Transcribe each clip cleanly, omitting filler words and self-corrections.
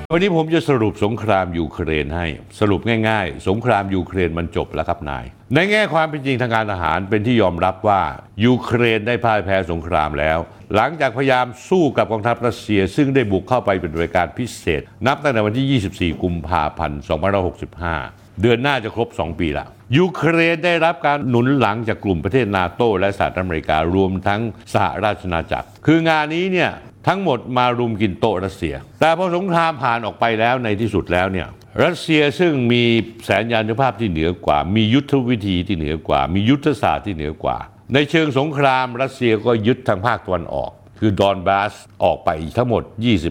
วันนี้ผมจะสรุปสงครามยูเครนให้สรุปง่ายๆสงครามยูเครนมันจบแล้วครับนายในแง่ความเป็นจริงทางการทหารเป็นที่ยอมรับว่ายูเครนได้พ่ายแพ้สงครามแล้วหลังจากพยายามสู้กับกองทัพรัสเซียซึ่งได้บุกเข้าไปเป็นหน่วยการพิเศษนับตั้งแต่วันที่24กุมภาพันธ์2565เดือนหน้าจะครบ2 ปีละยูเครนได้รับการหนุนหลังจากกลุ่มประเทศนาโตและสหรัฐอเมริการวมทั้งสหราชอาณาจักรคืองานนี้เนี่ยทั้งหมดมารุมกินโต๊ะรัสเซียแต่พอสงครามผ่านออกไปแล้วในที่สุดแล้วเนี่ยรัสเซียซึ่งมีแสนยานุภาพที่เหนือกว่ามียุทธวิธีที่เหนือกว่ามียุทธศาสตร์ที่เหนือกว่าในเชิงสงครามรัสเซียก็ยึดทางภาคตะวันออกคือดอนบาสออกไปทั้งหมด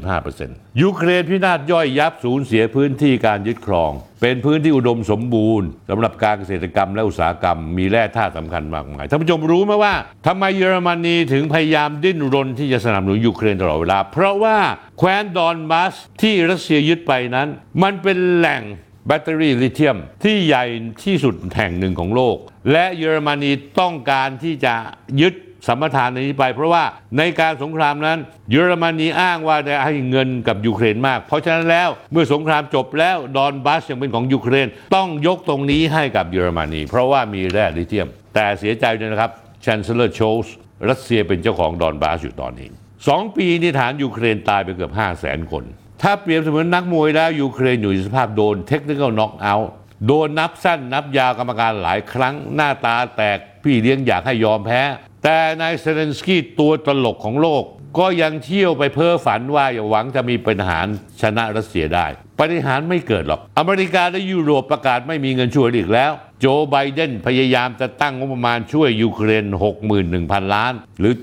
25% ยูเครนพินาศย่อยยับสูญเสียพื้นที่การยึดครองเป็นพื้นที่อุดมสมบูรณ์สำหรับการเกษตรกรรมและอุตสาหกรรมมีแร่ธาตุสำคัญมากมายท่านผู้ชมรู้ไหมว่าทำไมเยอรมนีถึงพยายามดิ้นรนที่จะสนับสนุนยูเครนตลอดเวลาเพราะว่าแคว้นดอนบาสที่รัสเซียยึดไปนั้นมันเป็นแหล่งแบตเตอรี่ลิเธียมที่ใหญ่ที่สุดแห่งหนึ่งของโลกและเยอรมนีต้องการที่จะยึดสัมปทานนี้ไปเพราะว่าในการสงครามนั้นเยอรมนีอ้างว่าได้ให้เงินกับยูเครนมากเพราะฉะนั้นแล้วเมื่อสงครามจบแล้วดอนบาสยังเป็นของยูเครนต้องยกตรงนี้ให้กับเยอรมนีเพราะว่ามีแร่ลิเธียมแต่เสียใจด้วยนะครับChancellor Scholzรัสเซียเป็นเจ้าของดอนบาสอยู่ตอนนี้2 ปีนี่ฐานยูเครนตายไปเกือบ 500,000 คนถ้าเปรียบเสมือนนักมวยแล้วยูเครนอยู่ในสภาพโดนเทคนิคอลน็อกเอาท์โดนนับสั้นนับยาวกรรมการหลายครั้งหน้าตาแตกพี่เลี้ยงอยากให้ยอมแพ้แต่นายเซเลนสกี้ตัวตลกของโลกก็ยังเที่ยวไปเพ้อฝันว่าอย่าหวังจะมีปฏิหารชนะรัสเซียได้ปฏิหารไม่เกิดหรอกอเมริกาและยุโรปประกาศไม่มีเงินช่วยอีกแล้วโจไบเดนพยายามจะตั้งงบประมาณช่วยยูเครน 61,000 ล้านหรือ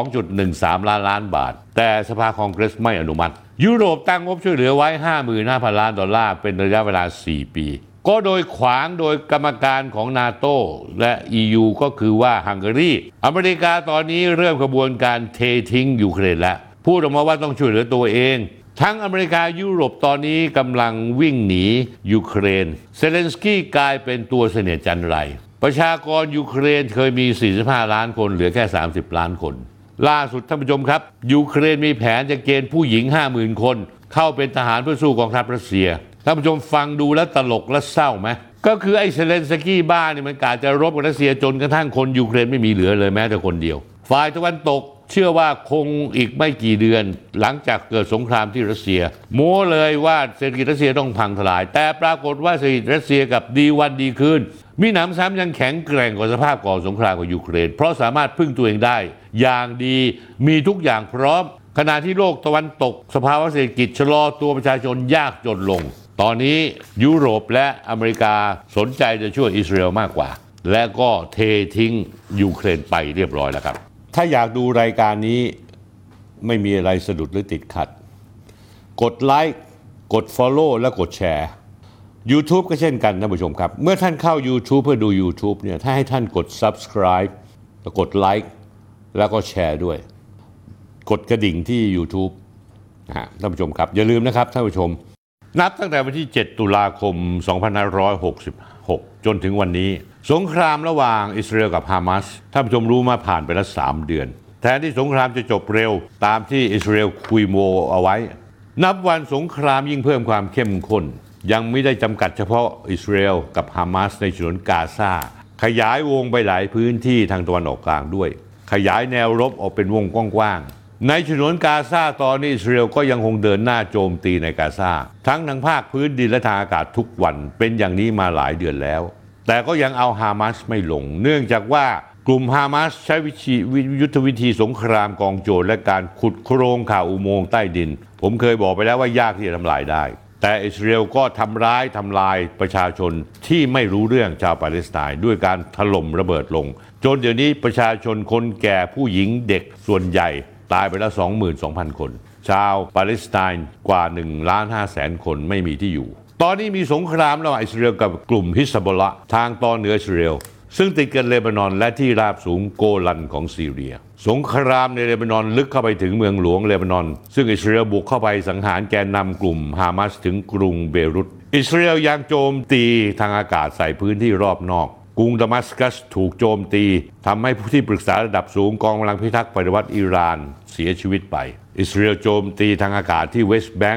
2.13 ล้านบาทแต่สภาคองเกรสไม่อนุมัติยุโรปตั้งงบช่วยเหลือไว้ 55,000 ล้านดอลลาร์เป็นระยะเวลา4 ปีก็โดยขวางโดยกรรมการของนาโต้และ EU ก็คือว่าฮังการีอเมริกาตอนนี้เริ่มกระบวนการเททิ้งยูเครนแล้วพูดออกมาว่าต้องช่วยเหลือตัวเองทั้งอเมริกายุโรปตอนนี้กำลังวิ่งหนียูเครนเซเลนสกี้กลายเป็นตัวเสนียดจันไรประชากรยูเครนเคยมี45 ล้านคนเหลือแค่30 ล้านคนล่าสุดท่านผู้ชมครับยูเครนมีแผนจะเกณฑ์ผู้หญิง 50,000 คนเข้าเป็นทหารเพื่อสู้กองทัพรัสเซียท่านผู้ชมฟังดูแล้วตลกและเศร้าไหมก็คือไอ้เซเลนสกี้บ้านี่มันกะจะรบกับรัสเซียจนกระทั่งคนยูเครนไม่มีเหลือเลยแม้แต่คนเดียวฝ่ายตะวันตกเชื่อว่าคงอีกไม่กี่เดือนหลังจากเกิดสงครามที่รัสเซียโม้เลยว่าเศรษฐกิจรัสเซียต้องพังทลายแต่ปรากฏว่าเศรษฐกิจรัสเซียกับดีวันดีคืนมีหนำซ้ำยังแข็งแกร่งกว่าสภาพก่อนสงครามกับยูเครนเพราะสามารถพึ่งตัวเองได้อย่างดีมีทุกอย่างพร้อมขณะที่โลกตะวันตกสภาวะเศรษฐกิจชะลอตัวประชาชนยากจนลงตอนนี้ยุโรปและอเมริกาสนใจจะช่วยอิสราเอลมากกว่าและก็เททิ้งยูเครนไปเรียบร้อยแล้วครับถ้าอยากดูรายการนี้ไม่มีอะไรสะดุดหรือติดขัดกดไลค์กด Follow และกดแชร์ YouTube ก็เช่นกันท่านผู้ชมครับเมื่อท่านเข้า YouTube เพื่อดู YouTube เนี่ยถ้าให้ท่านกด Subscribe แล้วกดไลค์แล้วก็แชร์ด้วยกดกระดิ่งที่ YouTube ท่านผู้ชมครับอย่าลืมนะครับท่านผู้ชมนับตั้งแต่วันที่7 ตุลาคม 2566 จนถึงวันนี้สงครามระหว่างอิสราเอลกับฮามาสท่านผู้ชมรู้มาผ่านไปแล้ว3 เดือนแทนที่สงครามจะจบเร็วตามที่อิสราเอลคุยโมเอาไว้นับวันสงครามยิ่งเพิ่มความเข้มข้นยังไม่ได้จำกัดเฉพาะอิสราเอลกับฮามาสในฉนวนกาซาขยายวงไปหลายพื้นที่ทางตะวันออกกลางด้วยขยายแนวรบออกเป็นวงกว้างในฉนวนกาซาตอนนี้อิสราเอลก็ยังคงเดินหน้าโจมตีในกาซาทั้งทางภาคพื้นดินและทางอากาศทุกวันเป็นอย่างนี้มาหลายเดือนแล้วแต่ก็ยังเอาฮามาสไม่ลงเนื่องจากว่ากลุ่มฮามาสใช้ยุทธวิธีสงครามกองโจรและการขุดโครงข่าวอุโมงค์ใต้ดินผมเคยบอกไปแล้วว่ายากที่จะทำลายได้แต่อิสราเอลก็ทำลายประชาชนที่ไม่รู้เรื่องชาวปาเลสไตน์ด้วยการถล่มระเบิดลงจนเดี๋ยวนี้ประชาชนคนแก่ผู้หญิงเด็กส่วนใหญ่ตายไปแล้ว 22,000 คนชาวปาเลสไตน์กว่า 1,500,000 คนไม่มีที่อยู่ตอนนี้มีสงครามระหว่างอิสราเอลกับกลุ่มฮิซบอลละทางตอนเหนืออิสราเอลซึ่งติดกับเลบานอนและที่ราบสูงโกลันของซีเรียสงครามในเลบานอนลึกเข้าไปถึงเมืองหลวงเลบานอนซึ่งอิสราเอลบุกเข้าไปสังหารแกนนำกลุ่มฮามาสถึงกรุงเบรุตอิสราเอลยังโจมตีทางอากาศใส่พื้นที่รอบนอกกรุงดามัสกัสถูกโจมตีทำให้ผู้ที่ปรึกษาระดับสูงกองกำลังพิทักษ์ปฏิวัติอิหร่านเสียชีวิตไปอิสราเอลโจมตีทางอากาศที่เวสต์แบงก์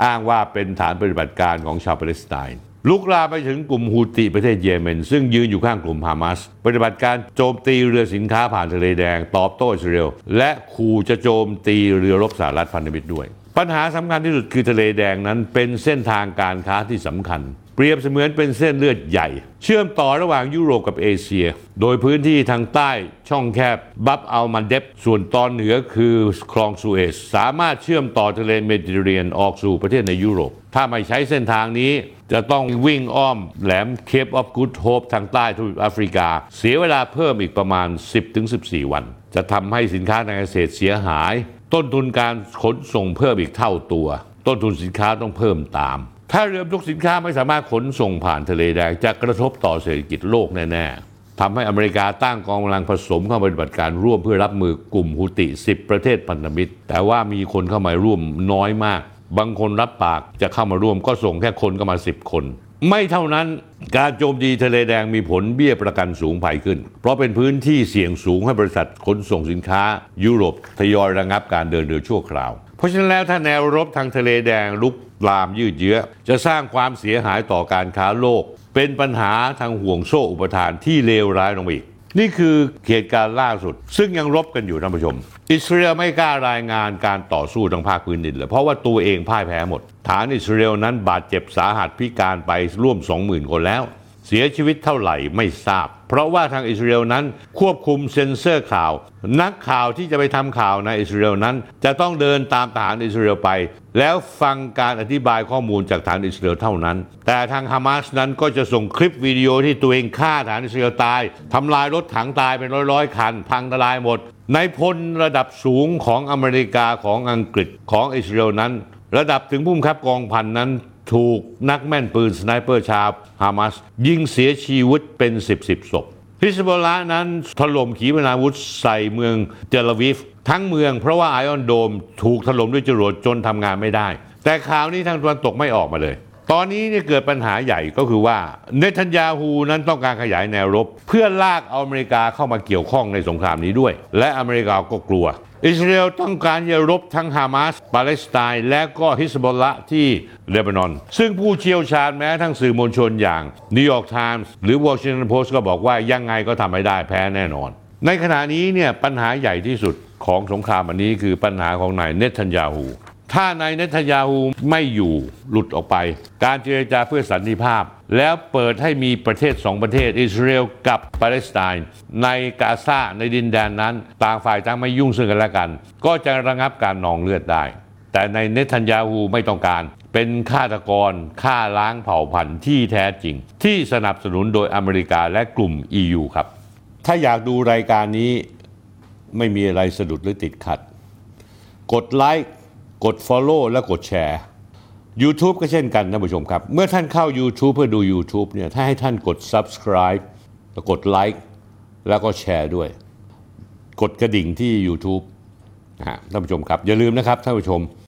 อ้างว่าเป็นฐานปฏิบัติการของชาวปาเลสไตน์ลุกลามไปถึงกลุ่มฮูติประเทศเยเมนซึ่งยืนอยู่ข้างกลุ่มฮามาสปฏิบัติการโจมตีเรือสินค้าผ่านทะเลแดงตอบโต้อิสราเอลและขู่จะโจมตีเรือรบสหรัฐพันธมิตรด้วยปัญหาสำคัญที่สุดคือทะเลแดงนั้นเป็นเส้นทางการค้าที่สำคัญเปรียบเสมือนเป็นเส้นเลือดใหญ่เชื่อมต่อระหว่างยุโรปกับเอเชียโดยพื้นที่ทางใต้ช่องแคบบับอัลมันเดบส่วนตอนเหนือคือคลองซูเอซสามารถเชื่อมต่อทะเลเมดิเตอร์เรเนียนออกสู่ประเทศในยุโรปถ้าไม่ใช้เส้นทางนี้จะต้องวิ่งอ้อมแหลมเคปออฟกูดโฮปทางใต้ทวีปแอฟริกาเสียเวลาเพิ่มอีกประมาณ 10-14 วันจะทำให้สินค้าทางเกษตรเสียหายต้นทุนการขนส่งเพิ่มอีกเท่าตัวต้นทุนสินค้าต้องเพิ่มตามถ้าเรือบรรทุกสินค้าไม่สามารถขนส่งผ่านทะเลแดงจะกระทบต่อเศรษฐกิจโลกแน่ๆทำให้อเมริกาตั้งกองกำลังผสมเข้าปฏิบัติการร่วมเพื่อรับมือกลุ่มฮูติ10ประเทศพันธมิตรแต่ว่ามีคนเข้ามาร่วมน้อยมากบางคนรับปากจะเข้ามาร่วมก็ส่งแค่คนเข้ามา10 คนไม่เท่านั้นการโจมตีทะเลแดงมีผลเบี้ยประกันสูงภัยขึ้นเพราะเป็นพื้นที่เสี่ยงสูงให้บริษัทขนส่งสินค้ายุโรปทยอยระงับการเดินเรือชั่วคราวเพราะฉะนั้นแล้วถ้าแนวรบทางทะเลแดงลุกลามยืดเยื้อจะสร้างความเสียหายต่อการค้าโลกเป็นปัญหาทางห่วงโซ่อุปทานที่เลวร้ายลงไปอีกนี่คือเหตุการณ์ล่าสุดซึ่งยังรบกันอยู่ท่านผู้ชมอิสราเอลไม่กล้ารายงานการต่อสู้ทางภาคพื้นดินเลยเพราะว่าตัวเองพ่ายแพ้หมดฐานอิสราเอลนั้นบาดเจ็บสาหัสพิการไปร่วม 20,000 คนแล้วเสียชีวิตเท่าไหร่ไม่ทราบเพราะว่าทางอิสราเอลนั้นควบคุมเซ็นเซอร์ข่าวนักข่าวที่จะไปทำข่าวในอิสราเอลนั้นจะต้องเดินตามทหารอิสราเอลไปแล้วฟังการอธิบายข้อมูลจากทหารอิสราเอลเท่านั้นแต่ทางฮามาสนั้นก็จะส่งคลิปวิดีโอที่ตัวเองฆ่าทหารอิสราเอลตายทำลายรถถังตายเป็นร้อยๆคันพังทลายหมดนายพลระดับสูงของอเมริกาของอังกฤษของอิสราเอลนั้นระดับถึงผู้บังคับกองพันนั้นถูกนักแม่นปืนสไนเปอร์ชาวฮามาสยิงเสียชีวิตเป็น10 ศพฮิซบอลลาห์นั้นถล่มขีปนาวุธใส่เมืองเทลอาวีฟทั้งเมืองเพราะว่าไอออนโดมถูกถล่มด้วยจรวดจนทำงานไม่ได้แต่ข่าวนี้ทางตะวันตกไม่ออกมาเลยตอนนี้เกิดปัญหาใหญ่ก็คือว่าเนทันยาฮูนั้นต้องการขยายแนวรบเพื่อลากเอาอเมริกาเข้ามาเกี่ยวข้องในสงครามนี้ด้วยและอเมริกาก็กลัวอิสราเอลต้องการจะรบทั้งฮามาสปาเลสไตน์และก็ฮิซบอลละที่เลบานอนซึ่งผู้เชี่ยวชาญแม้ทั้งสื่อมวลชนอย่างนิวยอร์กไทมส์หรือวอชิงตันโพสต์ก็บอกว่ายังไงก็ทำไม่ได้แพ้แน่นอนในขณะนี้ปัญหาใหญ่ที่สุดของสงครามอันนี้คือปัญหาของนายเนทันยาฮูถ้านายเนทันยาฮูไม่อยู่หลุดออกไปการเจรจาเพื่อสันติภาพแล้วเปิดให้มีประเทศ2ประเทศอิสราเอลกับปาเลสไตน์ในกาซาในดินแดนนั้นต่างฝ่ายต่างไม่ยุ่งซึ่งกันและกันก็จะระงับการนองเลือดได้แต่ในเนทันยาฮูไม่ต้องการเป็นฆาตกรฆ่าล้างเผ่าพันธุ์ที่แท้จริงที่สนับสนุนโดยอเมริกาและกลุ่ม EU ครับถ้าอยากดูรายการนี้ไม่มีอะไรสะดุดหรือติดขัดกดไลค์กด Follow และกดแชร์ YouTube ก็เช่นกันท่านผู้ชมครับเมื่อท่านเข้า YouTube เพื่อดู YouTube ถ้าให้ท่านกด Subscribe แล้วกดไลค์แล้วก็แชร์ด้วยกดกระดิ่งที่ YouTube ท่านผู้ชมครับอย่าลืมนะครับท่านผู้ชม